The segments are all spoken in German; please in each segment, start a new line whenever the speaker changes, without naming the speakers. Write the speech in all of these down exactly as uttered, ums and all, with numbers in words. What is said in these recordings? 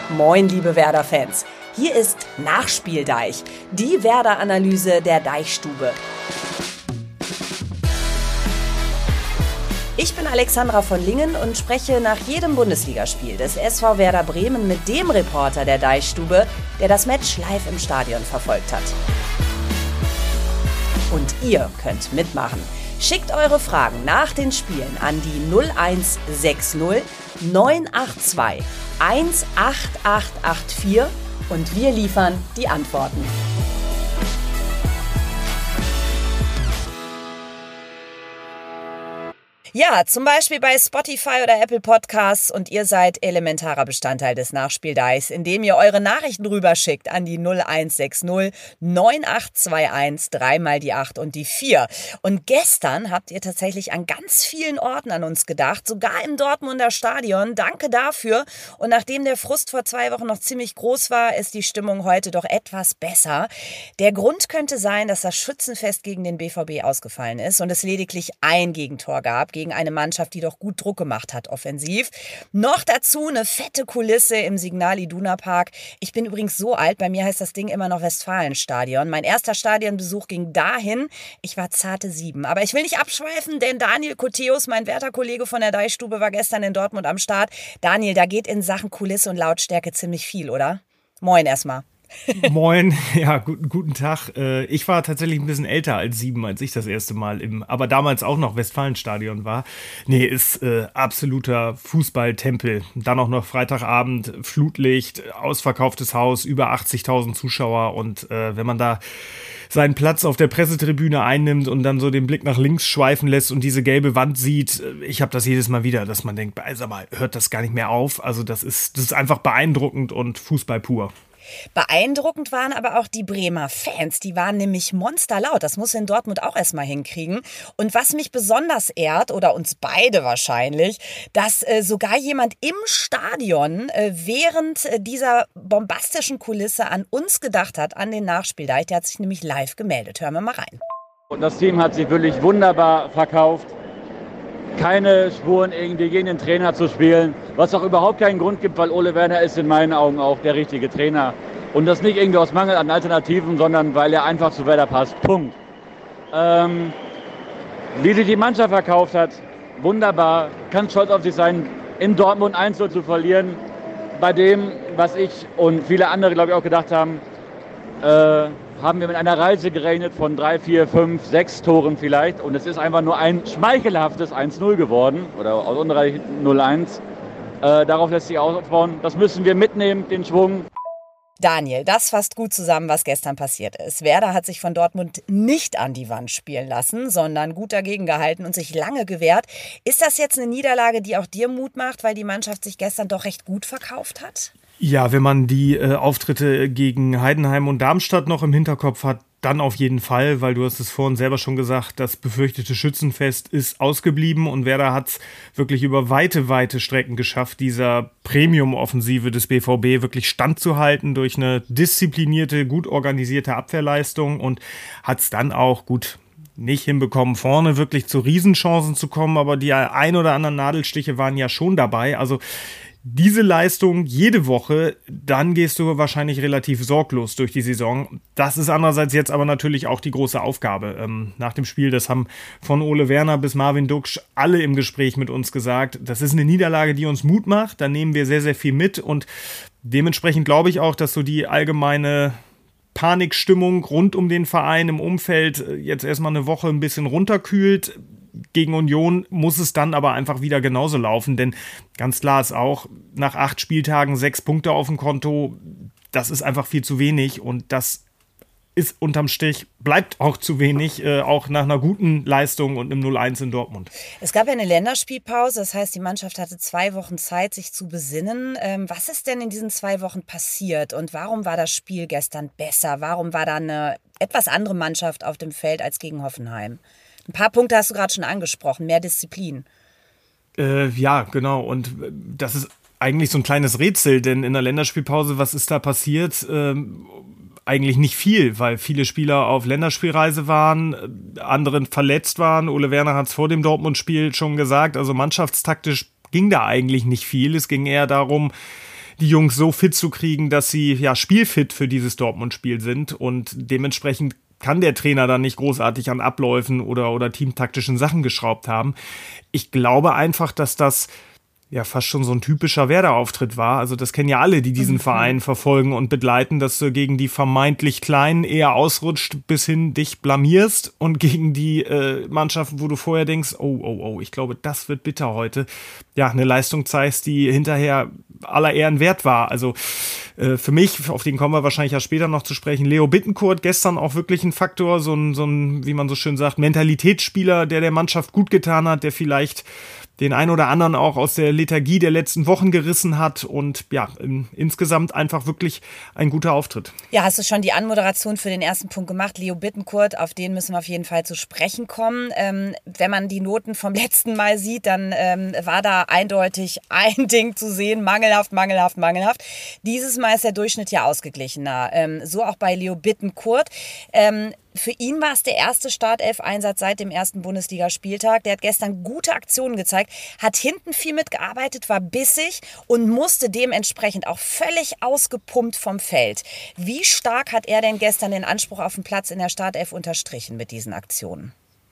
Moin, liebe Werder-Fans. Hier ist Nachspieldeich, die Werder-Analyse der Deichstube. Ich bin Alexandra von Lingen und spreche nach jedem Bundesligaspiel des S V Werder Bremen mit dem Reporter der Deichstube, der das Match live im Stadion verfolgt hat. Und ihr könnt mitmachen. Schickt eure Fragen nach den Spielen an die null eins sechs null neun acht zwei eins acht acht acht vier und wir liefern die Antworten. Ja, zum Beispiel bei Spotify oder Apple Podcasts und ihr seid elementarer Bestandteil des Nachspieldeichs, indem ihr eure Nachrichten rüberschickt an die null eins sechs null neun acht zwei eins, dreimal die acht und die vier. Und gestern habt ihr tatsächlich an ganz vielen Orten an uns gedacht, sogar im Dortmunder Stadion. Danke dafür. Und nachdem der Frust vor zwei Wochen noch ziemlich groß war, ist die Stimmung heute doch etwas besser. Der Grund könnte sein, dass das Schützenfest gegen den B V B ausgefallen ist und es lediglich ein Gegentor gab, gegen eine Mannschaft, die doch gut Druck gemacht hat, offensiv. Noch dazu eine fette Kulisse im Signal Iduna Park. Ich bin übrigens so alt, bei mir heißt das Ding immer noch Westfalenstadion. Mein erster Stadionbesuch ging dahin. Ich war zarte sieben. Aber ich will nicht abschweifen, denn Daniel Koteus, mein Wärter-Kollege von der Deichstube, war gestern in Dortmund am Start. Daniel, da geht in Sachen Kulisse und Lautstärke ziemlich viel, oder? Moin erstmal.
Moin, ja, guten, guten Tag. Ich war tatsächlich ein bisschen älter als sieben, als ich das erste Mal im, aber damals auch noch Westfalenstadion war. Nee, ist äh, absoluter Fußballtempel. Dann auch noch Freitagabend, Flutlicht, ausverkauftes Haus, über achtzigtausend Zuschauer und äh, wenn man da seinen Platz auf der Pressetribüne einnimmt und dann so den Blick nach links schweifen lässt und diese gelbe Wand sieht, ich habe das jedes Mal wieder, dass man denkt, also mal, hört das gar nicht mehr auf. Also das ist, das ist einfach beeindruckend und Fußball pur.
Beeindruckend waren aber auch die Bremer Fans, die waren nämlich monsterlaut. Das muss in Dortmund auch erstmal hinkriegen. Und was mich besonders ehrt, oder uns beide wahrscheinlich, dass äh, sogar jemand im Stadion äh, während äh, dieser bombastischen Kulisse an uns gedacht hat, an den Nachspieldeich. Der hat sich nämlich live gemeldet. Hören wir mal rein.
Und das Team hat sich wirklich wunderbar verkauft. Keine Spuren, irgendwie gegen den Trainer zu spielen, was auch überhaupt keinen Grund gibt, weil Ole Werner ist in meinen Augen auch der richtige Trainer. Und das nicht irgendwie aus Mangel an Alternativen, sondern weil er einfach zu Werder passt. Punkt. Ähm, wie sich die Mannschaft verkauft hat, wunderbar, kann stolz auf sich sein, in Dortmund eins zu null zu verlieren. Bei dem, was ich und viele andere, glaube ich, auch gedacht haben, äh, haben wir mit einer Reise gerechnet von drei, vier, fünf, sechs Toren vielleicht. Und es ist einfach nur ein schmeichelhaftes eins null geworden. Oder aus unserer null eins. Äh, darauf lässt sich aufbauen. Das müssen wir mitnehmen, den Schwung.
Daniel, das fasst gut zusammen, was gestern passiert ist. Werder hat sich von Dortmund nicht an die Wand spielen lassen, sondern gut dagegen gehalten und sich lange gewehrt. Ist das jetzt eine Niederlage, die auch dir Mut macht, weil die Mannschaft sich gestern doch recht gut verkauft hat?
Ja, wenn man die äh, Auftritte gegen Heidenheim und Darmstadt noch im Hinterkopf hat, dann auf jeden Fall, weil du hast es vorhin selber schon gesagt, das befürchtete Schützenfest ist ausgeblieben und Werder hat es wirklich über weite, weite Strecken geschafft, dieser Premium-Offensive des B V B wirklich standzuhalten durch eine disziplinierte, gut organisierte Abwehrleistung und hat es dann auch gut nicht hinbekommen, vorne wirklich zu Riesenchancen zu kommen, aber die ein oder anderen Nadelstiche waren ja schon dabei, also diese Leistung jede Woche, dann gehst du wahrscheinlich relativ sorglos durch die Saison. Das ist andererseits jetzt aber natürlich auch die große Aufgabe. Ähm, nach dem Spiel, das haben von Ole Werner bis Marvin Duksch alle im Gespräch mit uns gesagt, das ist eine Niederlage, die uns Mut macht. Da nehmen wir sehr, sehr viel mit und dementsprechend glaube ich auch, dass so die allgemeine Panikstimmung rund um den Verein im Umfeld jetzt erstmal eine Woche ein bisschen runterkühlt. Gegen Union muss es dann aber einfach wieder genauso laufen, denn ganz klar ist auch, nach acht Spieltagen sechs Punkte auf dem Konto, das ist einfach viel zu wenig und das ist unterm Strich, bleibt auch zu wenig, äh, auch nach einer guten Leistung und einem null eins in Dortmund.
Es gab ja eine Länderspielpause, das heißt, die Mannschaft hatte zwei Wochen Zeit, sich zu besinnen. Ähm, was ist denn in diesen zwei Wochen passiert und warum war das Spiel gestern besser? Warum war da eine etwas andere Mannschaft auf dem Feld als gegen Hoffenheim? Ein paar Punkte hast du gerade schon angesprochen, mehr Disziplin.
Äh, ja, genau. Und das ist eigentlich so ein kleines Rätsel, denn in der Länderspielpause, was ist da passiert? Ähm, eigentlich nicht viel, weil viele Spieler auf Länderspielreise waren, andere verletzt waren. Ole Werner hat es vor dem Dortmund-Spiel schon gesagt, also mannschaftstaktisch ging da eigentlich nicht viel. Es ging eher darum, die Jungs so fit zu kriegen, dass sie ja spielfit für dieses Dortmund-Spiel sind und dementsprechend kann der Trainer dann nicht großartig an Abläufen oder, oder teamtaktischen Sachen geschraubt haben. Ich glaube einfach, dass das ja fast schon so ein typischer Werder-Auftritt war. Also das kennen ja alle, die diesen mhm. Verein verfolgen und begleiten, dass du gegen die vermeintlich Kleinen eher ausrutscht, bis hin dich blamierst und gegen die äh, Mannschaften, wo du vorher denkst, oh, oh, oh, ich glaube, das wird bitter heute, ja, eine Leistung zeigst, die hinterher aller Ehren wert war. Also äh, für mich, auf den kommen wir wahrscheinlich ja später noch zu sprechen, Leo Bittencourt, gestern auch wirklich ein Faktor, so ein, so ein, wie man so schön sagt, Mentalitätsspieler, der der Mannschaft gut getan hat, der vielleicht den ein oder anderen auch aus der Lethargie der letzten Wochen gerissen hat und ja, in, insgesamt einfach wirklich ein guter Auftritt.
Ja, hast du schon die Anmoderation für den ersten Punkt gemacht, Leo Bittencourt, auf den müssen wir auf jeden Fall zu sprechen kommen. Ähm, wenn man die Noten vom letzten Mal sieht, dann ähm, war da eindeutig ein Ding zu sehen, mangelhaft, mangelhaft, mangelhaft. Dieses Mal ist der Durchschnitt ja ausgeglichener, ähm, so auch bei Leo Bittencourt. Ähm, Für ihn war es der erste Startelf-Einsatz seit dem ersten Bundesligaspieltag. Der hat gestern gute Aktionen gezeigt, hat hinten viel mitgearbeitet, war bissig und musste dementsprechend auch völlig ausgepumpt vom Feld. Wie stark hat er denn gestern den Anspruch auf den Platz in der Startelf unterstrichen mit diesen Aktionen?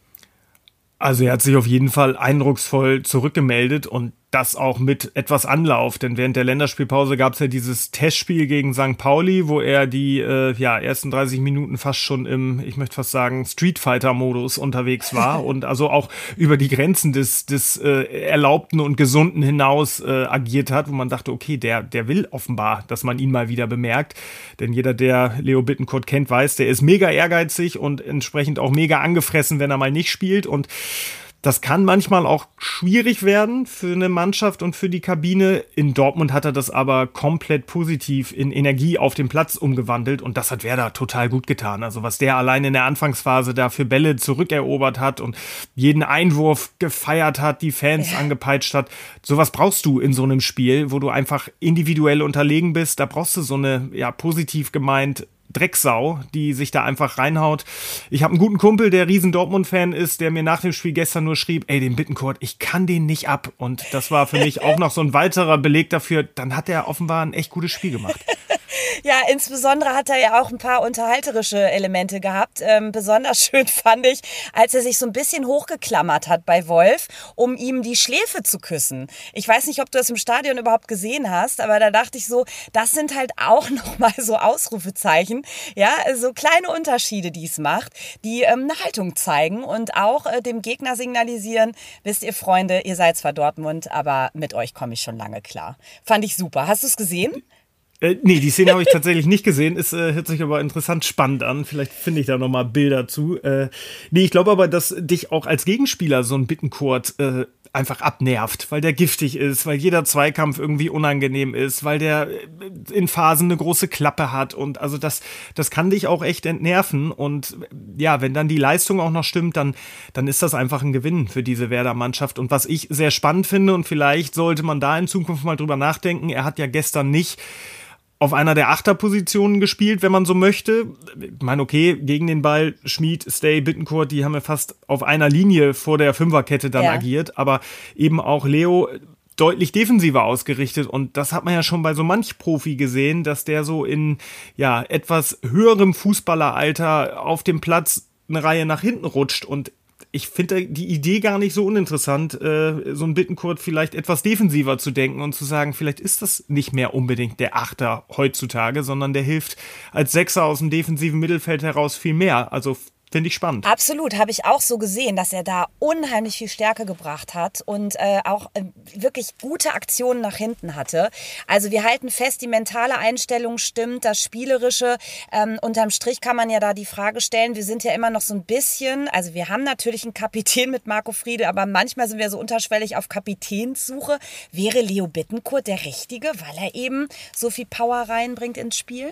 Also er hat sich auf jeden Fall eindrucksvoll zurückgemeldet und das auch mit etwas Anlauf, denn während der Länderspielpause gab es ja dieses Testspiel gegen Sankt Pauli, wo er die äh, ja, ersten dreißig Minuten fast schon im, ich möchte fast sagen, Street Fighter-Modus unterwegs war und also auch über die Grenzen des, des äh, Erlaubten und Gesunden hinaus äh, agiert hat, wo man dachte, okay, der, der will offenbar, dass man ihn mal wieder bemerkt, denn jeder, der Leo Bittencourt kennt, weiß, der ist mega ehrgeizig und entsprechend auch mega angefressen, wenn er mal nicht spielt und das kann manchmal auch schwierig werden für eine Mannschaft und für die Kabine. In Dortmund hat er das aber komplett positiv in Energie auf dem Platz umgewandelt und das hat Werder total gut getan. Also was der allein in der Anfangsphase da für Bälle zurückerobert hat und jeden Einwurf gefeiert hat, die Fans ja. angepeitscht hat, sowas brauchst du in so einem Spiel, wo du einfach individuell unterlegen bist. Da brauchst du so eine, ja, positiv gemeint, Drecksau, die sich da einfach reinhaut. Ich habe einen guten Kumpel, der riesen Dortmund-Fan ist, der mir nach dem Spiel gestern nur schrieb, ey, den Bittencourt, ich kann den nicht ab. Und das war für mich auch noch so ein weiterer Beleg dafür, dann hat er offenbar ein echt gutes Spiel gemacht.
Ja, insbesondere hat er ja auch ein paar unterhalterische Elemente gehabt. Ähm, besonders schön fand ich, als er sich so ein bisschen hochgeklammert hat bei Wolf, um ihm die Schläfe zu küssen. Ich weiß nicht, ob du das im Stadion überhaupt gesehen hast, aber da dachte ich so, das sind halt auch nochmal so Ausrufezeichen. Ja, so kleine Unterschiede, die es macht, die ähm, eine Haltung zeigen und auch äh, dem Gegner signalisieren, wisst ihr Freunde, ihr seid zwar Dortmund, aber mit euch komme ich schon lange klar. Fand ich super. Hast du es gesehen?
Äh, nee, die Szene habe ich tatsächlich nicht gesehen. Es äh, hört sich aber interessant spannend an. Vielleicht finde ich da nochmal Bilder zu. Äh, nee, ich glaube aber, dass dich auch als Gegenspieler so ein Bittencourt äh, einfach abnervt, weil der giftig ist, weil jeder Zweikampf irgendwie unangenehm ist, weil der in Phasen eine große Klappe hat und also das, das kann dich auch echt entnerven und ja, wenn dann die Leistung auch noch stimmt, dann, dann ist das einfach ein Gewinn für diese Werder-Mannschaft und was ich sehr spannend finde und vielleicht sollte man da in Zukunft mal drüber nachdenken, er hat ja gestern nicht auf einer der Achterpositionen gespielt, wenn man so möchte. Ich meine, okay, gegen den Ball, Schmid, Stay, Bittencourt, die haben ja fast auf einer Linie vor der Fünferkette dann ja. agiert, aber eben auch Leo deutlich defensiver ausgerichtet und das hat man ja schon bei so manch Profi gesehen, dass der so in ja etwas höherem Fußballeralter auf dem Platz eine Reihe nach hinten rutscht und ich finde die Idee gar nicht so uninteressant, äh, so ein Bittencourt vielleicht etwas defensiver zu denken und zu sagen, vielleicht ist das nicht mehr unbedingt der Achter heutzutage, sondern der hilft als Sechser aus dem defensiven Mittelfeld heraus viel mehr. Also finde ich spannend.
Absolut, habe ich auch so gesehen, dass er da unheimlich viel Stärke gebracht hat und äh, auch äh, wirklich gute Aktionen nach hinten hatte. Also wir halten fest, die mentale Einstellung stimmt, das Spielerische. Ähm, unterm Strich kann man ja da die Frage stellen, wir sind ja immer noch so ein bisschen, also wir haben natürlich einen Kapitän mit Marco Friedl, aber manchmal sind wir so unterschwellig auf Kapitänssuche. Wäre Leo Bittencourt der Richtige, weil er eben so viel Power reinbringt ins Spiel?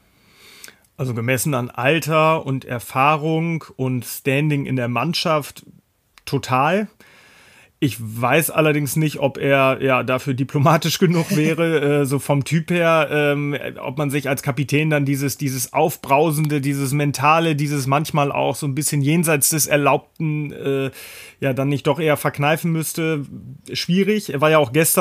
Also gemessen an Alter und Erfahrung und Standing in der Mannschaft total. Ich weiß allerdings nicht, ob er ja dafür diplomatisch genug wäre, äh, so vom Typ her, ähm, ob man sich als Kapitän dann dieses, dieses Aufbrausende, dieses Mentale, dieses manchmal auch so ein bisschen jenseits des Erlaubten, äh, ja dann nicht doch eher verkneifen müsste. Schwierig. Er war ja auch gestern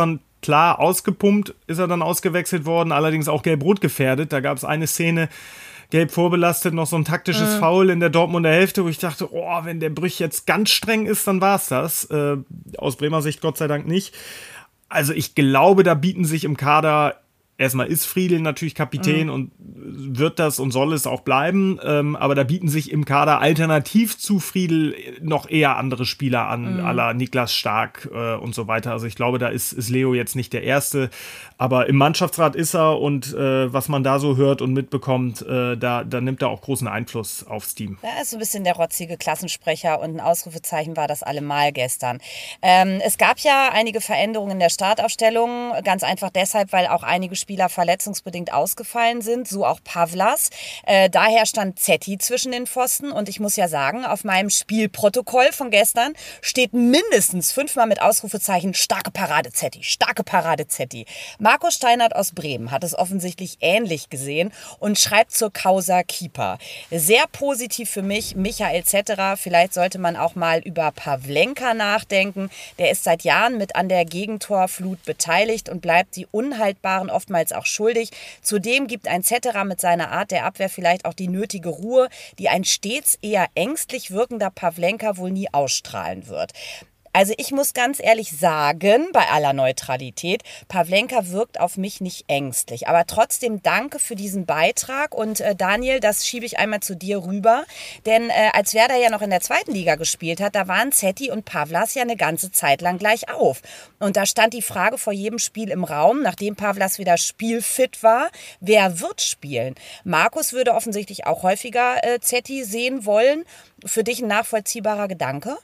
Klar, ausgepumpt ist er dann ausgewechselt worden, allerdings auch gelb-rot gefährdet. Da gab es eine Szene, gelb vorbelastet, noch so ein taktisches mhm. Foul in der Dortmunder Hälfte, wo ich dachte, oh, wenn der Brüch jetzt ganz streng ist, dann war's das. Äh, aus Bremer Sicht Gott sei Dank nicht. Also ich glaube, da bieten sich im Kader, erstmal ist Friedl natürlich Kapitän mhm. und wird das und soll es auch bleiben, ähm, aber da bieten sich im Kader alternativ zu Friedl noch eher andere Spieler an, mhm. à la Niklas Stark äh, und so weiter. Also ich glaube, da ist, ist Leo jetzt nicht der Erste, aber im Mannschaftsrat ist er und äh, was man da so hört und mitbekommt, äh, da, da nimmt er auch großen Einfluss aufs Team.
Er ist so ein bisschen der rotzige Klassensprecher und ein Ausrufezeichen war das allemal gestern. Ähm, es gab ja einige Veränderungen in der Startaufstellung, ganz einfach deshalb, weil auch einige Spieler verletzungsbedingt ausgefallen sind, so auch Pavlas. Äh, daher stand Zetti zwischen den Pfosten und ich muss ja sagen, auf meinem Spielprotokoll von gestern steht mindestens fünfmal mit Ausrufezeichen starke Parade Zetti, starke Parade Zetti. Marco Steinert aus Bremen hat es offensichtlich ähnlich gesehen und schreibt zur Causa Keeper. Sehr positiv für mich, Michael Zetterer. Vielleicht sollte man auch mal über Pavlenka nachdenken. Der ist seit Jahren mit an der Gegentorflut beteiligt und bleibt die Unhaltbaren oftmals auch schuldig. Zudem gibt ein Zetterer mit seiner Art der Abwehr vielleicht auch die nötige Ruhe, die ein stets eher ängstlich wirkender Pavlenka wohl nie ausstrahlen wird. Also ich muss ganz ehrlich sagen, bei aller Neutralität, Pavlenka wirkt auf mich nicht ängstlich. Aber trotzdem danke für diesen Beitrag. Und äh, Daniel, das schiebe ich einmal zu dir rüber. Denn äh, als Werder ja noch in der zweiten Liga gespielt hat, da waren Zetti und Pavlas ja eine ganze Zeit lang gleich auf. Und da stand die Frage vor jedem Spiel im Raum, nachdem Pavlas wieder spielfit war, wer wird spielen? Markus würde offensichtlich auch häufiger äh, Zetti sehen wollen. Für dich ein nachvollziehbarer Gedanke?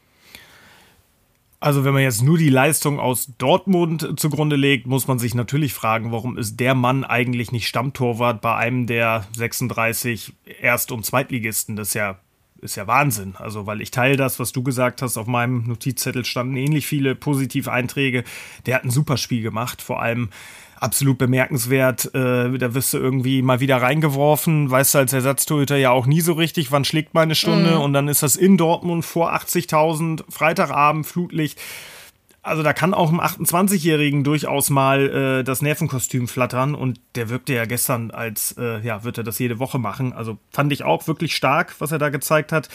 Also wenn man jetzt nur die Leistung aus Dortmund zugrunde legt, muss man sich natürlich fragen, warum ist der Mann eigentlich nicht Stammtorwart bei einem der sechsunddreißig Erst- und Zweitligisten? Das ist ja, ist ja Wahnsinn. Also weil ich teile das, was du gesagt hast, auf meinem Notizzettel standen ähnlich viele positive Einträge. Der hat ein super Spiel gemacht, vor allem absolut bemerkenswert, äh, da wirst du irgendwie mal wieder reingeworfen, weißt du als Ersatztorhüter ja auch nie so richtig, wann schlägt meine Stunde mm. und dann ist das in Dortmund vor achtzigtausend, Freitagabend, Flutlicht. Also da kann auch einem achtundzwanzigjährigen durchaus mal äh, das Nervenkostüm flattern und der wirkte ja gestern als, äh, ja, wird er das jede Woche machen. Also fand ich auch wirklich stark, was er da gezeigt hat.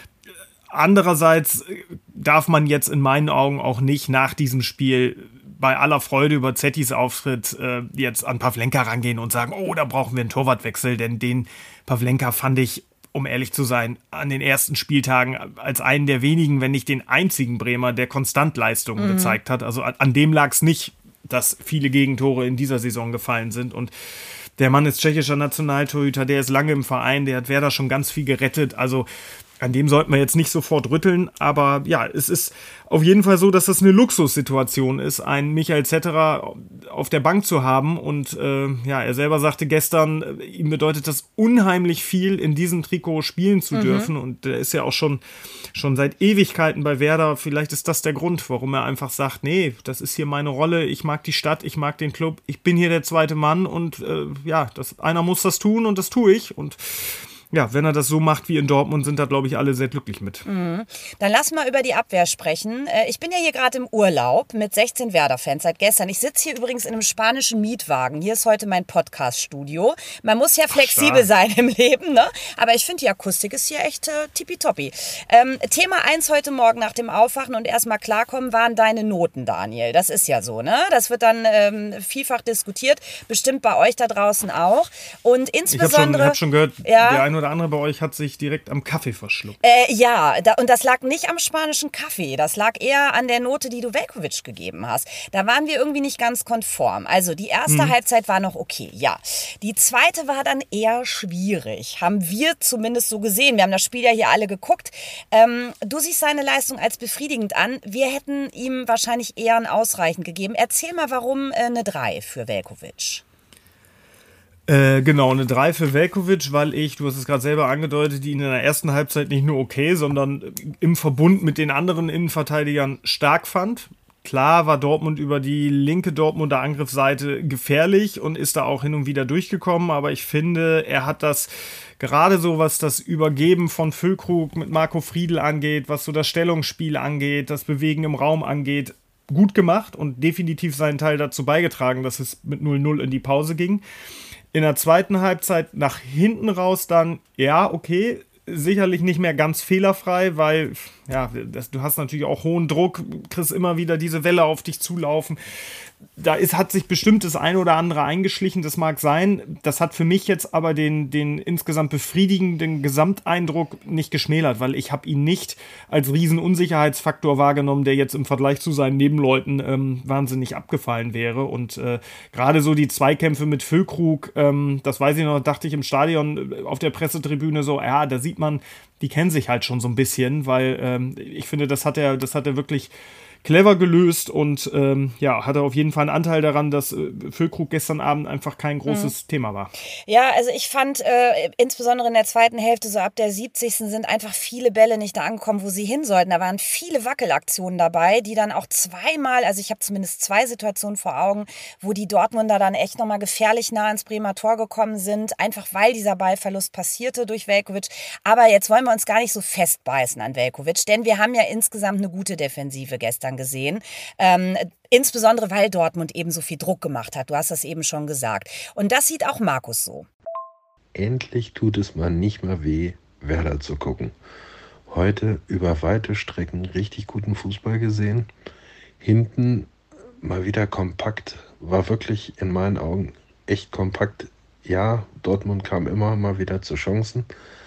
Andererseits darf man jetzt in meinen Augen auch nicht nach diesem Spiel bei aller Freude über Zettis Auftritt äh, jetzt an Pavlenka rangehen und sagen, oh, da brauchen wir einen Torwartwechsel, denn den Pavlenka fand ich, um ehrlich zu sein, an den ersten Spieltagen als einen der wenigen, wenn nicht den einzigen Bremer, der konstant Leistungen mhm. gezeigt hat. Also an, an dem lag es nicht, dass viele Gegentore in dieser Saison gefallen sind und der Mann ist tschechischer Nationaltorhüter, der ist lange im Verein, der hat Werder schon ganz viel gerettet, also an dem sollten wir jetzt nicht sofort rütteln, aber ja, es ist auf jeden Fall so, dass das eine Luxussituation ist, einen Michael Zetterer auf der Bank zu haben und äh, ja, er selber sagte gestern, ihm bedeutet das unheimlich viel, in diesem Trikot spielen zu mhm. dürfen und er ist ja auch schon, schon seit Ewigkeiten bei Werder, vielleicht ist das der Grund, warum er einfach sagt, nee, das ist hier meine Rolle, ich mag die Stadt, ich mag den Club, ich bin hier der zweite Mann und äh, ja, das, einer muss das tun und das tue ich und ja, wenn er das so macht wie in Dortmund, sind da, glaube ich, alle sehr glücklich mit.
Mhm. Dann lass mal über die Abwehr sprechen. Ich bin ja hier gerade im Urlaub mit sechzehn Werder-Fans seit gestern. Ich sitze hier übrigens in einem spanischen Mietwagen. Hier ist heute mein Podcast-Studio. Man muss ja flexibel Ach, sein im Leben, ne? Aber ich finde, die Akustik ist hier echt äh, tippitoppi. Ähm, Thema eins heute Morgen nach dem Aufwachen und erstmal klarkommen waren deine Noten, Daniel. Das ist ja so, ne? Das wird dann ähm, vielfach diskutiert. Bestimmt bei euch da draußen auch. Und insbesondere...
Ich habe schon, hab schon gehört,
ja,
der eine oder andere bei euch hat sich direkt am Kaffee verschluckt.
Äh, ja, da, und das lag nicht am spanischen Kaffee. Das lag eher an der Note, die du Veljković gegeben hast. Da waren wir irgendwie nicht ganz konform. Also die erste hm. Halbzeit war noch okay, ja. Die zweite war dann eher schwierig. Haben wir zumindest so gesehen. Wir haben das Spiel ja hier alle geguckt. Ähm, du siehst seine Leistung als befriedigend an. Wir hätten ihm wahrscheinlich eher ein Ausreichend gegeben. Erzähl mal, warum äh, eine drei für Veljković?
Äh, genau, eine drei für Veljković, weil ich, du hast es gerade selber angedeutet, ihn in der ersten Halbzeit nicht nur okay, sondern im Verbund mit den anderen Innenverteidigern stark fand. Klar war Dortmund über die linke Dortmunder Angriffsseite gefährlich und ist da auch hin und wieder durchgekommen, aber ich finde, er hat das gerade so, was das Übergeben von Füllkrug mit Marco Friedl angeht, was so das Stellungsspiel angeht, das Bewegen im Raum angeht, gut gemacht und definitiv seinen Teil dazu beigetragen, dass es mit null null in die Pause ging. In der zweiten Halbzeit nach hinten raus dann, ja, okay, sicherlich nicht mehr ganz fehlerfrei, weil ja, das, du hast natürlich auch hohen Druck, kriegst immer wieder diese Welle auf dich zulaufen. Da ist, hat sich bestimmt das eine oder andere eingeschlichen, das mag sein. Das hat für mich jetzt aber den, den insgesamt befriedigenden Gesamteindruck nicht geschmälert, weil ich habe ihn nicht als riesen Unsicherheitsfaktor wahrgenommen, der jetzt im Vergleich zu seinen Nebenleuten ähm, wahnsinnig abgefallen wäre. Und äh, gerade so die Zweikämpfe mit Füllkrug, ähm, das weiß ich noch, dachte ich im Stadion auf der Pressetribüne so, ja, da sieht man, die kennen sich halt schon so ein bisschen, weil ähm, ich finde, das hat er, das hat er wirklich clever gelöst und ähm, ja, hatte auf jeden Fall einen Anteil daran, dass äh, Füllkrug gestern Abend einfach kein großes mhm. Thema war.
Ja, also ich fand äh, insbesondere in der zweiten Hälfte, so ab der siebzigsten sind einfach viele Bälle nicht da angekommen, wo sie hin sollten. Da waren viele Wackelaktionen dabei, die dann auch zweimal, also ich habe zumindest zwei Situationen vor Augen, wo die Dortmunder dann echt nochmal gefährlich nah ans Bremer Tor gekommen sind, einfach weil dieser Ballverlust passierte durch Veljković. Aber jetzt wollen wir uns gar nicht so festbeißen an Veljković, denn wir haben ja insgesamt eine gute Defensive gestern gesehen. Ähm, insbesondere, weil Dortmund eben so viel Druck gemacht hat. Du hast das eben schon gesagt. Und das sieht auch Markus so.
Endlich tut es mal nicht mehr weh, Werder zu gucken. Heute über weite Strecken richtig guten Fußball gesehen. Hinten mal wieder kompakt. War wirklich in meinen Augen echt kompakt. Ja, Dortmund kam immer mal wieder zu Chancen.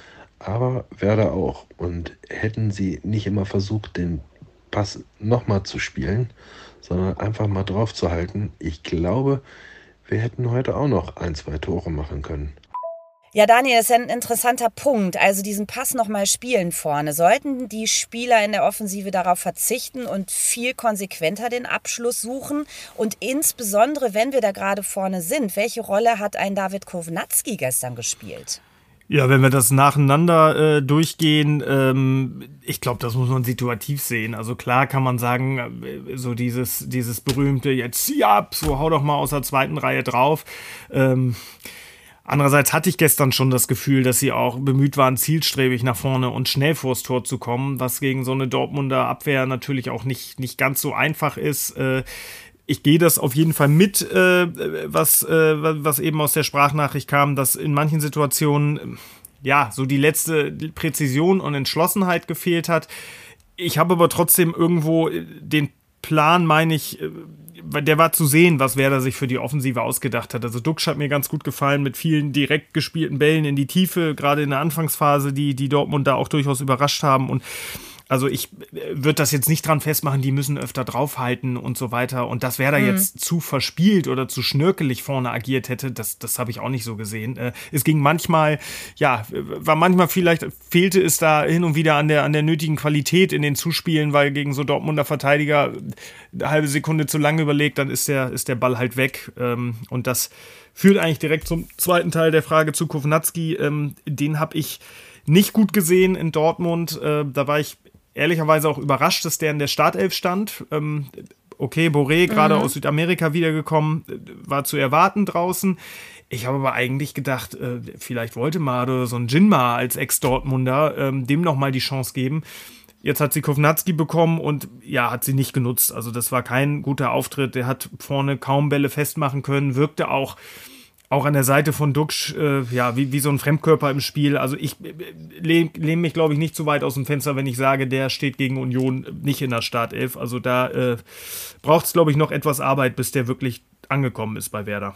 Aber Werder auch. Und hätten sie nicht immer versucht, den Pass nochmal zu spielen, sondern einfach mal drauf zu halten. Ich glaube, wir hätten heute auch noch ein, zwei Tore machen können.
Ja, Daniel, das ist ein interessanter Punkt. Also diesen Pass nochmal spielen vorne. Sollten die Spieler in der Offensive darauf verzichten und viel konsequenter den Abschluss suchen? Und insbesondere, wenn wir da gerade vorne sind, welche Rolle hat ein David Kovnatski gestern gespielt?
Ja, wenn wir das nacheinander äh, durchgehen, ähm, ich glaube, das muss man situativ sehen. Also klar kann man sagen, äh, so dieses, dieses berühmte, jetzt zieh ab, so hau doch mal aus der zweiten Reihe drauf. Ähm, andererseits hatte ich gestern schon das Gefühl, dass sie auch bemüht waren, zielstrebig nach vorne und schnell vors Tor zu kommen, was gegen so eine Dortmunder Abwehr natürlich auch nicht, nicht ganz so einfach ist. Äh, Ich gehe das auf jeden Fall mit, äh, was, äh, was eben aus der Sprachnachricht kam, dass in manchen Situationen äh, ja so die letzte Präzision und Entschlossenheit gefehlt hat. Ich habe aber trotzdem irgendwo den Plan, meine ich, äh, der war zu sehen, was Werder sich für die Offensive ausgedacht hat. Also Duxch hat mir ganz gut gefallen mit vielen direkt gespielten Bällen in die Tiefe, gerade in der Anfangsphase, die, die Dortmund da auch durchaus überrascht haben. Und also ich würde das jetzt nicht dran festmachen, die müssen öfter draufhalten und so weiter. Und dass Werder mhm. jetzt zu verspielt oder zu schnörkelig vorne agiert hätte, das, das habe ich auch nicht so gesehen. Äh, es ging manchmal, ja, war manchmal vielleicht, fehlte es da hin und wieder an der, an der nötigen Qualität in den Zuspielen, weil gegen so Dortmunder Verteidiger eine halbe Sekunde zu lange überlegt, dann ist der, ist der Ball halt weg. Ähm, und das führt eigentlich direkt zum zweiten Teil der Frage zu Kovnatski. Ähm, den habe ich nicht gut gesehen in Dortmund. Äh, da war ich ehrlicherweise auch überrascht, dass der in der Startelf stand. Ähm, okay, Boré, gerade mhm. aus Südamerika wiedergekommen, war zu erwarten draußen. Ich habe aber eigentlich gedacht, äh, vielleicht wollte Made so ein Jinma als Ex-Dortmunder ähm, dem nochmal die Chance geben. Jetzt hat sie Kovnatski bekommen und ja, hat sie nicht genutzt. Also das war kein guter Auftritt. Der hat vorne kaum Bälle festmachen können, wirkte auch Auch an der Seite von Duxch, äh, ja, wie, wie so ein Fremdkörper im Spiel. Also ich äh, lehne lehn mich, glaube ich, nicht zu weit aus dem Fenster, wenn ich sage, der steht gegen Union nicht in der Startelf. Also da äh, braucht es, glaube ich, noch etwas Arbeit, bis der wirklich angekommen ist bei Werder.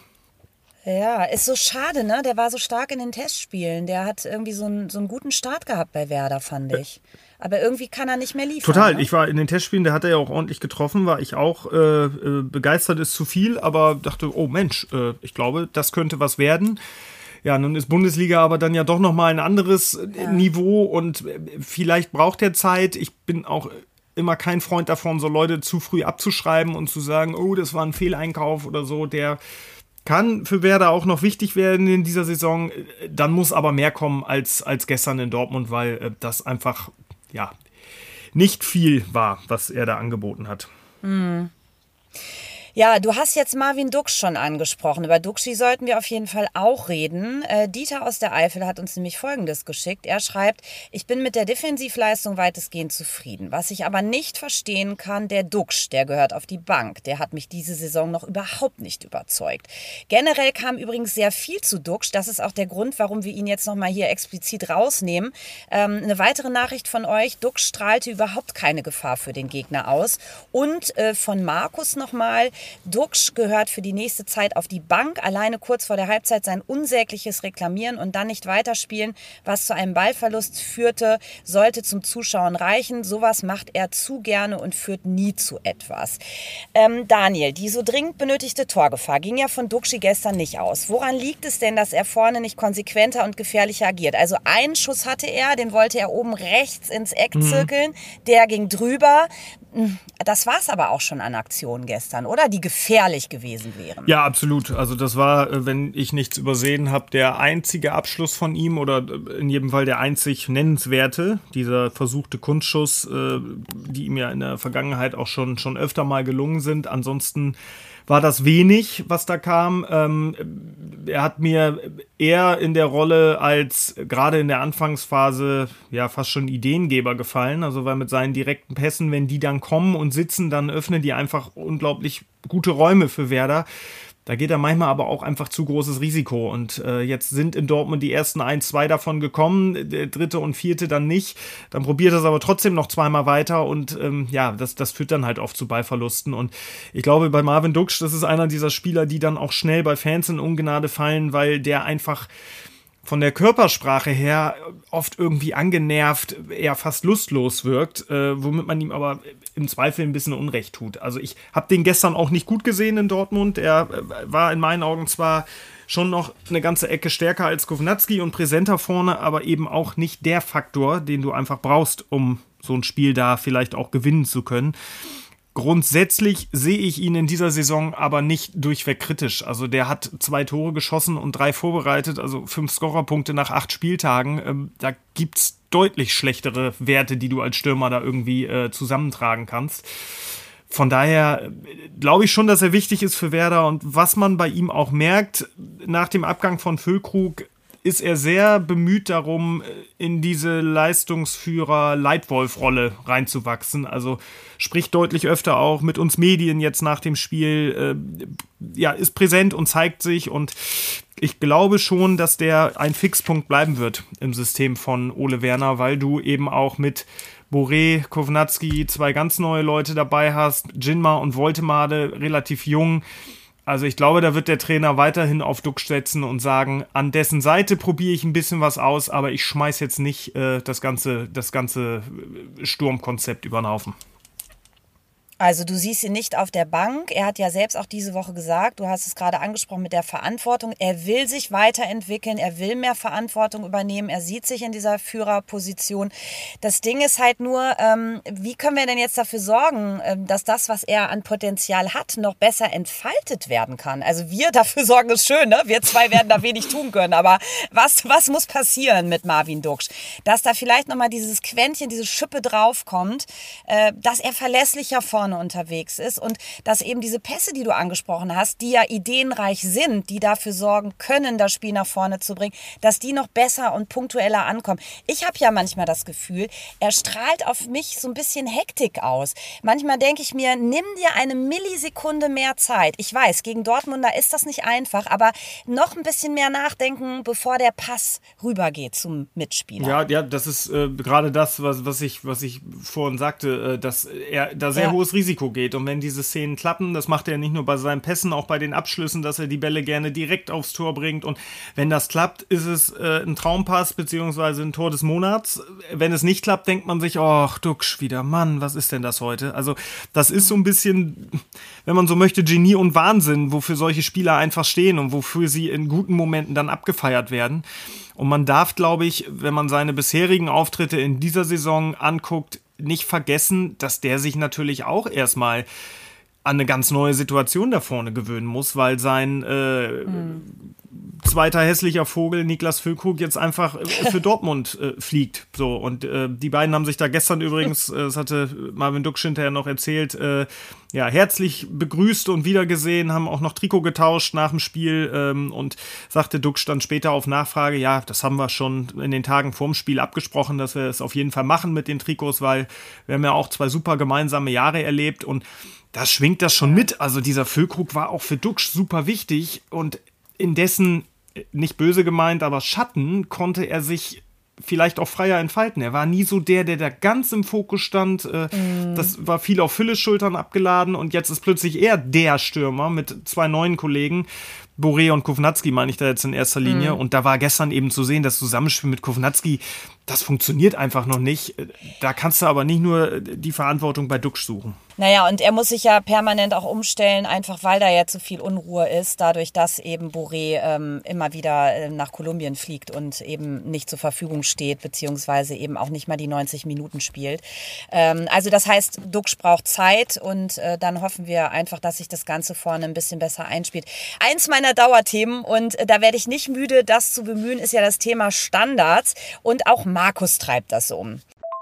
Ja, ist so schade, ne? Der war so stark in den Testspielen. Der hat irgendwie so einen, so einen guten Start gehabt bei Werder, fand ich. Aber irgendwie kann er nicht mehr liefern.
Total,
ne?
Ich war in den Testspielen, der hat er ja auch ordentlich getroffen, war ich auch äh, äh, begeistert ist zu viel, aber dachte, oh Mensch, äh, ich glaube, das könnte was werden. Ja, nun ist Bundesliga aber dann ja doch nochmal ein anderes ja. Niveau und vielleicht braucht er Zeit. Ich bin auch immer kein Freund davon, so Leute zu früh abzuschreiben und zu sagen, oh, das war ein Fehleinkauf oder so, der kann für Werder auch noch wichtig werden in dieser Saison. Dann muss aber mehr kommen als, als gestern in Dortmund, weil äh, das einfach ja nicht viel war, was er da angeboten hat.
Hm. Ja, du hast jetzt Marvin Duksch schon angesprochen. Über Duxchi sollten wir auf jeden Fall auch reden. Äh, Dieter aus der Eifel hat uns nämlich Folgendes geschickt. Er schreibt, ich bin mit der Defensivleistung weitestgehend zufrieden. Was ich aber nicht verstehen kann, der Duksch, der gehört auf die Bank. Der hat mich diese Saison noch überhaupt nicht überzeugt. Generell kam übrigens sehr viel zu Duksch. Das ist auch der Grund, warum wir ihn jetzt nochmal hier explizit rausnehmen. Ähm, eine weitere Nachricht von euch. Duksch strahlte überhaupt keine Gefahr für den Gegner aus. Und äh, von Markus nochmal, Duksch gehört für die nächste Zeit auf die Bank. Alleine kurz vor der Halbzeit sein unsägliches Reklamieren und dann nicht weiterspielen, was zu einem Ballverlust führte, sollte zum Zuschauen reichen. Sowas macht er zu gerne und führt nie zu etwas. Ähm, Daniel, die so dringend benötigte Torgefahr ging ja von Duxchi gestern nicht aus. Woran liegt es denn, dass er vorne nicht konsequenter und gefährlicher agiert? Also einen Schuss hatte er, den wollte er oben rechts ins Eck zirkeln. Mhm. Der ging drüber. Das war es aber auch schon an Aktionen gestern, oder? Die gefährlich gewesen wären.
Ja, absolut. Also das war, wenn ich nichts übersehen habe, der einzige Abschluss von ihm oder in jedem Fall der einzig nennenswerte, dieser versuchte Kunstschuss, die ihm ja in der Vergangenheit auch schon, schon öfter mal gelungen sind. Ansonsten war das wenig, was da kam. Ähm, er hat mir eher in der Rolle als gerade in der Anfangsphase ja fast schon Ideengeber gefallen. Also weil mit seinen direkten Pässen, wenn die dann kommen und sitzen, dann öffnen die einfach unglaublich gute Räume für Werder. Da geht er manchmal aber auch einfach zu großes Risiko. Und äh, jetzt sind in Dortmund die ersten ein, zwei davon gekommen, der dritte und vierte dann nicht. Dann probiert er es aber trotzdem noch zweimal weiter und ähm, ja, das, das führt dann halt oft zu Ballverlusten. Und ich glaube, bei Marvin Duksch, das ist einer dieser Spieler, die dann auch schnell bei Fans in Ungnade fallen, weil der einfach von der Körpersprache her oft irgendwie angenervt, eher fast lustlos wirkt, äh, womit man ihm aber im Zweifel ein bisschen Unrecht tut. Also ich habe den gestern auch nicht gut gesehen in Dortmund. Er äh, war in meinen Augen zwar schon noch eine ganze Ecke stärker als Kovnatski und präsenter vorne, aber eben auch nicht der Faktor, den du einfach brauchst, um so ein Spiel da vielleicht auch gewinnen zu können. Grundsätzlich sehe ich ihn in dieser Saison aber nicht durchweg kritisch. Also der hat zwei Tore geschossen und drei vorbereitet, also fünf Scorerpunkte nach acht Spieltagen. Ähm, da gibt's deutlich schlechtere Werte, die du als Stürmer da irgendwie äh, zusammentragen kannst. Von daher äh, glaube ich schon, dass er wichtig ist für Werder. Und was man bei ihm auch merkt, nach dem Abgang von Füllkrug ist er sehr bemüht darum, in diese Leistungsführer-Leitwolf-Rolle reinzuwachsen. Also spricht deutlich öfter auch mit uns Medien jetzt nach dem Spiel, äh, ja, ist präsent und zeigt sich. Und ich glaube schon, dass der ein Fixpunkt bleiben wird im System von Ole Werner, weil du eben auch mit Boré, Kovnatski zwei ganz neue Leute dabei hast, Jinma und Woltemade relativ jung. Also ich glaube, da wird der Trainer weiterhin auf Duksch setzen und sagen, an dessen Seite probiere ich ein bisschen was aus, aber ich schmeiß jetzt nicht äh, das ganze, das ganze Sturmkonzept über den Haufen.
Also du siehst ihn nicht auf der Bank. Er hat ja selbst auch diese Woche gesagt, du hast es gerade angesprochen mit der Verantwortung, er will sich weiterentwickeln, er will mehr Verantwortung übernehmen, er sieht sich in dieser Führerposition. Das Ding ist halt nur, ähm, wie können wir denn jetzt dafür sorgen, ähm, dass das, was er an Potenzial hat, noch besser entfaltet werden kann? Also wir dafür sorgen, ist schön, ne? Wir zwei werden da wenig tun können, aber was, was muss passieren mit Marvin Duksch? Dass da vielleicht nochmal dieses Quäntchen, diese Schippe draufkommt, äh, dass er verlässlicher vorne unterwegs ist und dass eben diese Pässe, die du angesprochen hast, die ja ideenreich sind, die dafür sorgen können, das Spiel nach vorne zu bringen, dass die noch besser und punktueller ankommen. Ich habe ja manchmal das Gefühl, er strahlt auf mich so ein bisschen Hektik aus. Manchmal denke ich mir, nimm dir eine Millisekunde mehr Zeit. Ich weiß, gegen Dortmunder ist das nicht einfach, aber noch ein bisschen mehr nachdenken, bevor der Pass rübergeht zum Mitspieler.
Ja, ja, das ist äh, gerade das, was, was, ich, was ich vorhin sagte, äh, dass er da sehr ja. hohes Risiko geht. Und wenn diese Szenen klappen, das macht er nicht nur bei seinen Pässen, auch bei den Abschlüssen, dass er die Bälle gerne direkt aufs Tor bringt. Und wenn das klappt, ist es äh, ein Traumpass beziehungsweise ein Tor des Monats. Wenn es nicht klappt, denkt man sich, ach, Duksch wieder, Mann, was ist denn das heute? Also das ist so ein bisschen, wenn man so möchte, Genie und Wahnsinn, wofür solche Spieler einfach stehen und wofür sie in guten Momenten dann abgefeiert werden. Und man darf, glaube ich, wenn man seine bisherigen Auftritte in dieser Saison anguckt, nicht vergessen, dass der sich natürlich auch erstmal an eine ganz neue Situation da vorne gewöhnen muss, weil sein äh, mhm. zweiter hässlicher Vogel, Niklas Füllkrug, jetzt einfach für Dortmund äh, fliegt. So, und äh, die beiden haben sich da gestern übrigens, äh, das hatte Marvin Duksch hinterher noch erzählt, äh, ja, herzlich begrüßt und wiedergesehen, haben auch noch Trikot getauscht nach dem Spiel ähm, und sagte Duksch dann später auf Nachfrage, ja, das haben wir schon in den Tagen vorm Spiel abgesprochen, dass wir es auf jeden Fall machen mit den Trikots, weil wir haben ja auch zwei super gemeinsame Jahre erlebt und da schwingt das schon mit. Also dieser Füllkrug war auch für Duksch super wichtig und in dessen, nicht böse gemeint, aber Schatten konnte er sich vielleicht auch freier entfalten. Er war nie so der, der da ganz im Fokus stand. Mm. Das war viel auf Philles Schultern abgeladen und jetzt ist plötzlich er der Stürmer mit zwei neuen Kollegen. Boré und Kovnatski meine ich da jetzt in erster Linie. Mm. Und da war gestern eben zu sehen, das Zusammenspiel mit Kovnatski, das funktioniert einfach noch nicht. Da kannst du aber nicht nur die Verantwortung bei Duksch suchen.
Naja, und er muss sich ja permanent auch umstellen, einfach weil da jetzt so viel Unruhe ist, dadurch, dass eben Boré ähm, immer wieder äh, nach Kolumbien fliegt und eben nicht zur Verfügung steht, beziehungsweise eben auch nicht mal die neunzig Minuten spielt. Ähm, also das heißt, Duksch braucht Zeit und äh, dann hoffen wir einfach, dass sich das Ganze vorne ein bisschen besser einspielt. Eins meiner Dauerthemen, und äh, da werde ich nicht müde, das zu bemühen, ist ja das Thema Standards, und auch Markus treibt das um.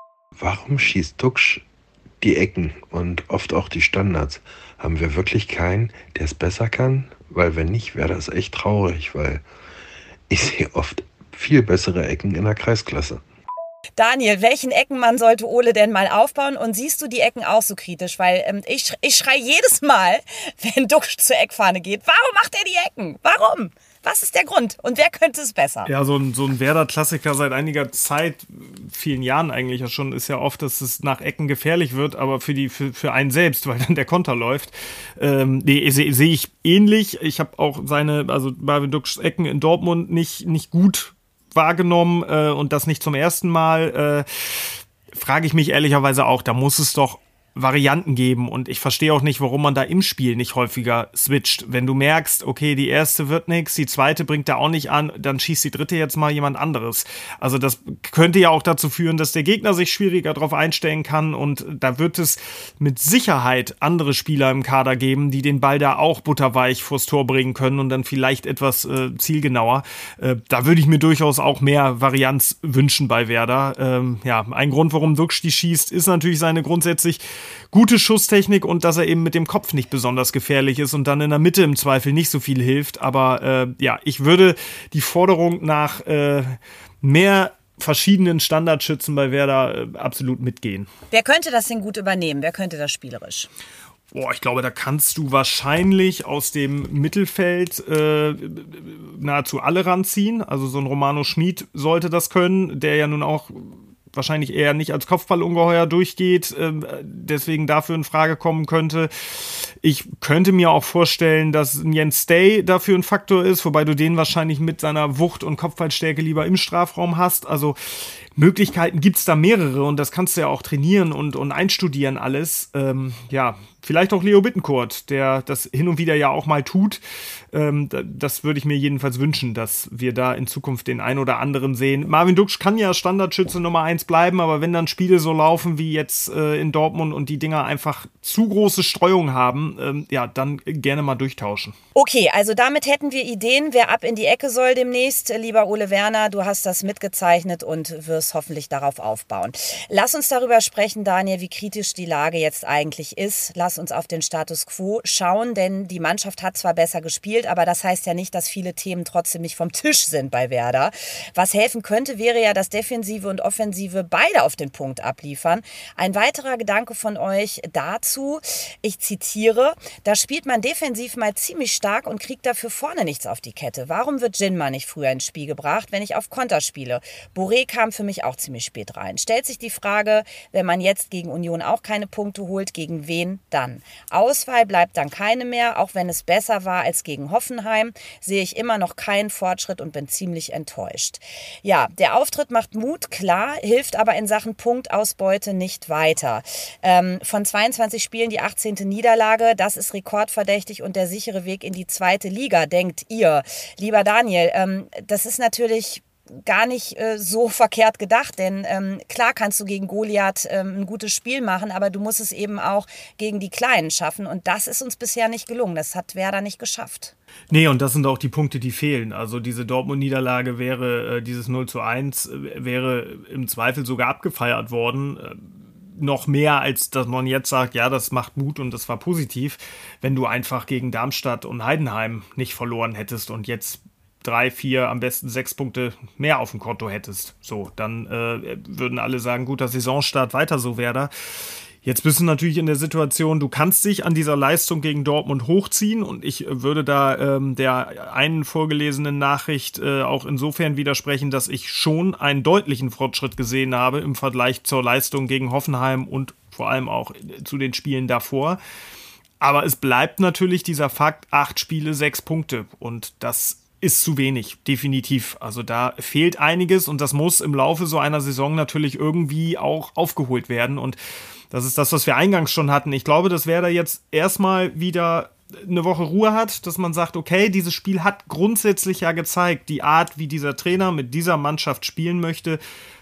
Warum schießt Duksch die Ecken und oft auch die Standards? Haben wir wirklich keinen, der es besser kann? Weil wenn nicht, wäre das echt traurig, weil ich sehe oft viel bessere Ecken in der Kreisklasse.
Daniel, welchen Eckenmann sollte Ole denn mal aufbauen? Und siehst du die Ecken auch so kritisch? Weil ähm, ich, ich schreie jedes Mal, wenn Duksch zur Eckfahne geht, warum macht er die Ecken? Warum? Was ist der Grund? Und wer könnte es besser?
Ja, so ein, so ein Werder-Klassiker seit einiger Zeit, vielen Jahren eigentlich ja schon, ist ja oft, dass es nach Ecken gefährlich wird, aber für, die, für, für einen selbst, weil dann der Konter läuft. Ähm, nee, sehe seh ich ähnlich. Ich habe auch seine, also Marvin Dukschs Ecken in Dortmund nicht, nicht gut wahrgenommen äh, und das nicht zum ersten Mal. Äh, frage ich mich ehrlicherweise auch, da muss es doch Varianten geben und ich verstehe auch nicht, warum man da im Spiel nicht häufiger switcht. Wenn du merkst, okay, die erste wird nix, die zweite bringt er auch nicht an, dann schießt die dritte jetzt mal jemand anderes. Also das könnte ja auch dazu führen, dass der Gegner sich schwieriger darauf einstellen kann und da wird es mit Sicherheit andere Spieler im Kader geben, die den Ball da auch butterweich vors Tor bringen können und dann vielleicht etwas äh, zielgenauer. Äh, da würde ich mir durchaus auch mehr Varianz wünschen bei Werder. Ähm, ja, ein Grund, warum Duksch die schießt, ist natürlich seine grundsätzlich gute Schusstechnik und dass er eben mit dem Kopf nicht besonders gefährlich ist und dann in der Mitte im Zweifel nicht so viel hilft. Aber äh, ja, ich würde die Forderung nach äh, mehr verschiedenen Standardschützen bei Werder äh, absolut mitgehen.
Wer könnte das denn gut übernehmen? Wer könnte das spielerisch?
Boah, ich glaube, da kannst du wahrscheinlich aus dem Mittelfeld äh, nahezu alle ranziehen. Also so ein Romano Schmid sollte das können, der ja nun auch wahrscheinlich eher nicht als Kopfballungeheuer durchgeht, äh, deswegen dafür in Frage kommen könnte. Ich könnte mir auch vorstellen, dass Jens Stay dafür ein Faktor ist, wobei du den wahrscheinlich mit seiner Wucht und Kopfballstärke lieber im Strafraum hast. Also Möglichkeiten gibt's da mehrere und das kannst du ja auch trainieren und, und einstudieren alles. Ähm, ja, vielleicht auch Leo Bittencourt, der das hin und wieder ja auch mal tut. Ähm, das würde ich mir jedenfalls wünschen, dass wir da in Zukunft den ein oder anderen sehen. Marvin Duksch kann ja Standardschütze Nummer eins bleiben, aber wenn dann Spiele so laufen wie jetzt äh, in Dortmund und die Dinger einfach zu große Streuung haben, ähm, ja, dann gerne mal durchtauschen.
Okay, also damit hätten wir Ideen, wer ab in die Ecke soll demnächst. Lieber Ole Werner, du hast das mitgezeichnet und wirst hoffentlich darauf aufbauen. Lass uns darüber sprechen, Daniel, wie kritisch die Lage jetzt eigentlich ist. Lass uns auf den Status quo schauen, denn die Mannschaft hat zwar besser gespielt, aber das heißt ja nicht, dass viele Themen trotzdem nicht vom Tisch sind bei Werder. Was helfen könnte, wäre ja, dass Defensive und Offensive beide auf den Punkt abliefern. Ein weiterer Gedanke von euch dazu, ich zitiere, da spielt man defensiv mal ziemlich stark und kriegt dafür vorne nichts auf die Kette. Warum wird Jinma nicht früher ins Spiel gebracht, wenn ich auf Konter spiele? Boré kam für mich auch ziemlich spät rein. Stellt sich die Frage, wenn man jetzt gegen Union auch keine Punkte holt, gegen wen dann? Auswahl bleibt dann keine mehr, auch wenn es besser war als gegen Hoffenheim, sehe ich immer noch keinen Fortschritt und bin ziemlich enttäuscht. Ja, der Auftritt macht Mut, klar, hilft aber in Sachen Punktausbeute nicht weiter. Ähm, von zweiundzwanzig Spielen die achtzehnte Niederlage, das ist rekordverdächtig und der sichere Weg in die zweite Liga, denkt ihr. Lieber Daniel, ähm, das ist natürlich gar nicht äh, so verkehrt gedacht, denn ähm, klar kannst du gegen Goliath ähm, ein gutes Spiel machen, aber du musst es eben auch gegen die Kleinen schaffen und das ist uns bisher nicht gelungen. Das hat Werder nicht geschafft.
Nee, und das sind auch die Punkte, die fehlen. Also diese Dortmund-Niederlage wäre, äh, dieses null zu eins, äh, wäre im Zweifel sogar abgefeiert worden. Äh, noch mehr, als dass man jetzt sagt, ja, das macht Mut und das war positiv, wenn du einfach gegen Darmstadt und Heidenheim nicht verloren hättest und jetzt drei, vier, am besten sechs Punkte mehr auf dem Konto hättest. So, dann äh, würden alle sagen, guter Saisonstart, weiter so, Werder. Jetzt bist du natürlich in der Situation, du kannst dich an dieser Leistung gegen Dortmund hochziehen und ich würde da ähm, der einen vorgelesenen Nachricht äh, auch insofern widersprechen, dass ich schon einen deutlichen Fortschritt gesehen habe im Vergleich zur Leistung gegen Hoffenheim und vor allem auch zu den Spielen davor. Aber es bleibt natürlich dieser Fakt, acht Spiele, sechs Punkte und das ist zu wenig, definitiv. Also da fehlt einiges und das muss im Laufe so einer Saison natürlich irgendwie auch aufgeholt werden und das ist das, was wir eingangs schon hatten. Ich glaube, dass Werder jetzt erstmal wieder eine Woche Ruhe hat, dass man sagt, okay, dieses Spiel hat grundsätzlich ja gezeigt, die Art, wie dieser Trainer mit dieser Mannschaft spielen möchte,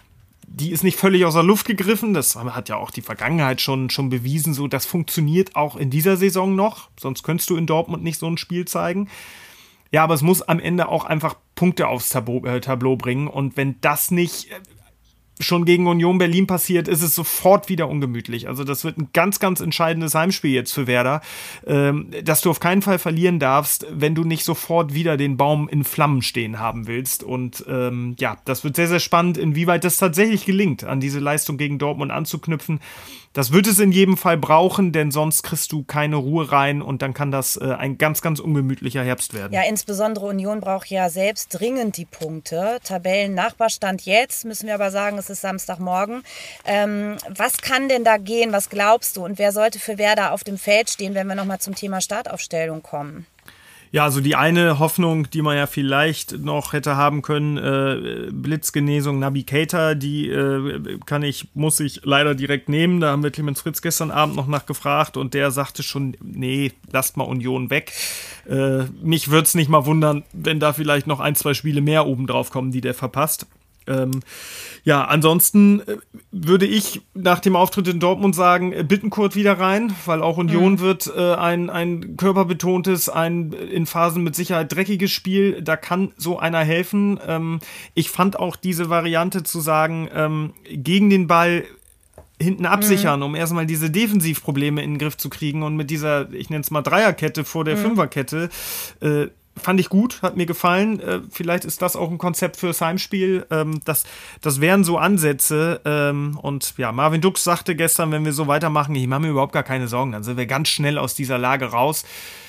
die ist nicht völlig aus der Luft gegriffen. Das hat ja auch die Vergangenheit schon, schon bewiesen. So, das funktioniert auch in dieser Saison noch. Sonst könntest du in Dortmund nicht so ein Spiel zeigen. Ja, aber es muss am Ende auch einfach Punkte aufs Tableau, äh, Tableau bringen. Und wenn das nicht äh, schon gegen Union Berlin passiert, ist es sofort wieder ungemütlich. Also das wird ein ganz, ganz entscheidendes Heimspiel jetzt für Werder, ähm, dass du auf keinen Fall verlieren darfst, wenn du nicht sofort wieder den Baum in Flammen stehen haben willst. Und ähm, ja, das wird sehr, sehr spannend, inwieweit das tatsächlich gelingt, an diese Leistung gegen Dortmund anzuknüpfen. Das wird es in jedem Fall brauchen, denn sonst kriegst du keine Ruhe rein und dann kann das äh, ein ganz, ganz ungemütlicher Herbst werden.
Ja, insbesondere Union braucht ja selbst dringend die Punkte. Tabellennachbarstand jetzt, müssen wir aber sagen, es ist Samstagmorgen. Ähm, was kann denn da gehen, was glaubst du und wer sollte für Werder auf dem Feld stehen, wenn wir nochmal zum Thema Startaufstellung kommen?
Ja, also die eine Hoffnung, die man ja vielleicht noch hätte haben können, äh, Blitzgenesung Naby Keita, die äh, kann ich, muss ich leider direkt nehmen. Da haben wir Clemens Fritz gestern Abend noch nachgefragt und der sagte schon, nee, lasst mal Union weg. Äh, mich würde es nicht mal wundern, wenn da vielleicht noch ein, zwei Spiele mehr oben drauf kommen, die der verpasst. Ähm, ja, ansonsten äh, würde ich nach dem Auftritt in Dortmund sagen, äh, Bittencourt wieder rein, weil auch Union mhm. wird äh, ein, ein körperbetontes, ein in Phasen mit Sicherheit dreckiges Spiel, da kann so einer helfen. Ähm, ich fand auch diese Variante zu sagen, ähm, gegen den Ball hinten absichern, mhm. um erstmal diese Defensivprobleme in den Griff zu kriegen und mit dieser, ich nenne es mal Dreierkette vor der mhm. Fünferkette, äh, fand ich gut, hat mir gefallen. Äh, vielleicht ist das auch ein Konzept fürs Heimspiel. Ähm, das, das wären so Ansätze. Ähm, und ja, Marvin Dux sagte gestern, wenn wir so weitermachen, ich mache mir überhaupt gar keine Sorgen, dann sind wir ganz schnell aus dieser Lage raus.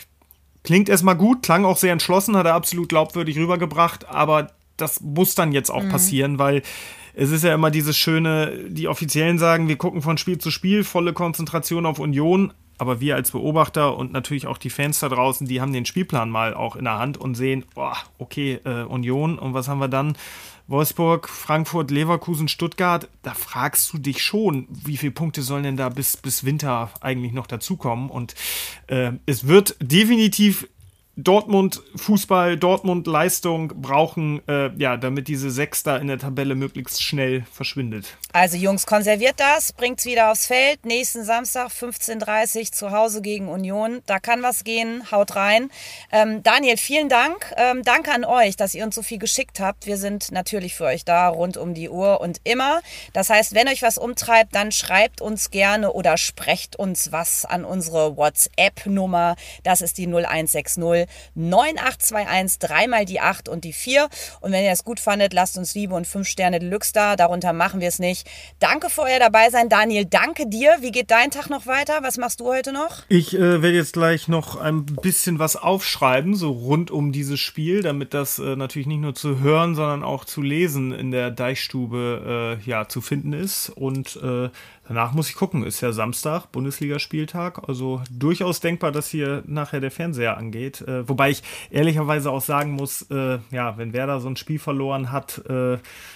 Klingt erstmal gut, klang auch sehr entschlossen, hat er absolut glaubwürdig rübergebracht, aber das muss dann jetzt auch mhm. passieren, weil es ist ja immer dieses Schöne, die Offiziellen sagen, wir gucken von Spiel zu Spiel, volle Konzentration auf Union. Aber wir als Beobachter und natürlich auch die Fans da draußen, die haben den Spielplan mal auch in der Hand und sehen, oh, okay, äh, Union und was haben wir dann? Wolfsburg, Frankfurt, Leverkusen, Stuttgart. Da fragst du dich schon, wie viele Punkte sollen denn da bis, bis Winter eigentlich noch dazukommen? Und äh, es wird definitiv Dortmund Fußball, Dortmund Leistung brauchen, äh, ja, damit diese Sechs da in der Tabelle möglichst schnell verschwindet.
Also Jungs, konserviert das, bringt's wieder aufs Feld. Nächsten Samstag fünfzehn Uhr dreißig zu Hause gegen Union. Da kann was gehen, haut rein. Ähm, Daniel, vielen Dank. Ähm, danke an euch, dass ihr uns so viel geschickt habt. Wir sind natürlich für euch da, rund um die Uhr und immer. Das heißt, wenn euch was umtreibt, dann schreibt uns gerne oder sprecht uns was an unsere WhatsApp-Nummer. Das ist die null eins sechs null neun acht zwei eins, dreimal die acht und die vier. Und wenn ihr es gut fandet, lasst uns Liebe und fünf Sterne Deluxe da. Darunter machen wir es nicht. Danke für euer Dabeisein. Daniel, danke dir. Wie geht dein Tag noch weiter? Was machst du heute noch?
Ich äh, werde jetzt gleich noch ein bisschen was aufschreiben, so rund um dieses Spiel, damit das äh, natürlich nicht nur zu hören, sondern auch zu lesen in der Deichstube äh, ja, zu finden ist. Und äh, danach muss ich gucken. Ist ja Samstag, Bundesligaspieltag. Also durchaus denkbar, dass hier nachher der Fernseher angeht. Äh, wobei ich ehrlicherweise auch sagen muss, äh, ja, wenn Werder so ein Spiel verloren hat, äh,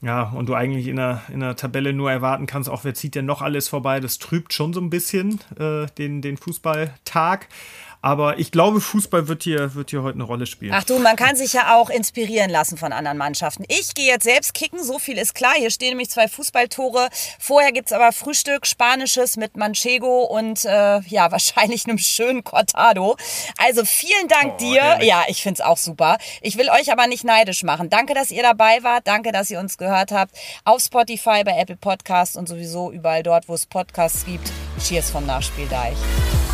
Ja, und du eigentlich in der, in der Tabelle nur erwarten kannst, auch wer zieht denn noch alles vorbei, das trübt schon so ein bisschen äh, den, den Fußballtag. Aber ich glaube, Fußball wird hier, wird hier heute eine Rolle spielen.
Ach du, man kann sich ja auch inspirieren lassen von anderen Mannschaften. Ich gehe jetzt selbst kicken, so viel ist klar. Hier stehen nämlich zwei Fußballtore. Vorher gibt's aber Frühstück, Spanisches mit Manchego und äh, ja, wahrscheinlich einem schönen Cortado. Also vielen Dank oh, dir. Ehrlich. Ja, ich find's auch super. Ich will euch aber nicht neidisch machen. Danke, dass ihr dabei wart. Danke, dass ihr uns gehört habt. Auf Spotify, bei Apple Podcasts und sowieso überall dort, wo es Podcasts gibt. Cheers vom Nachspieldeich.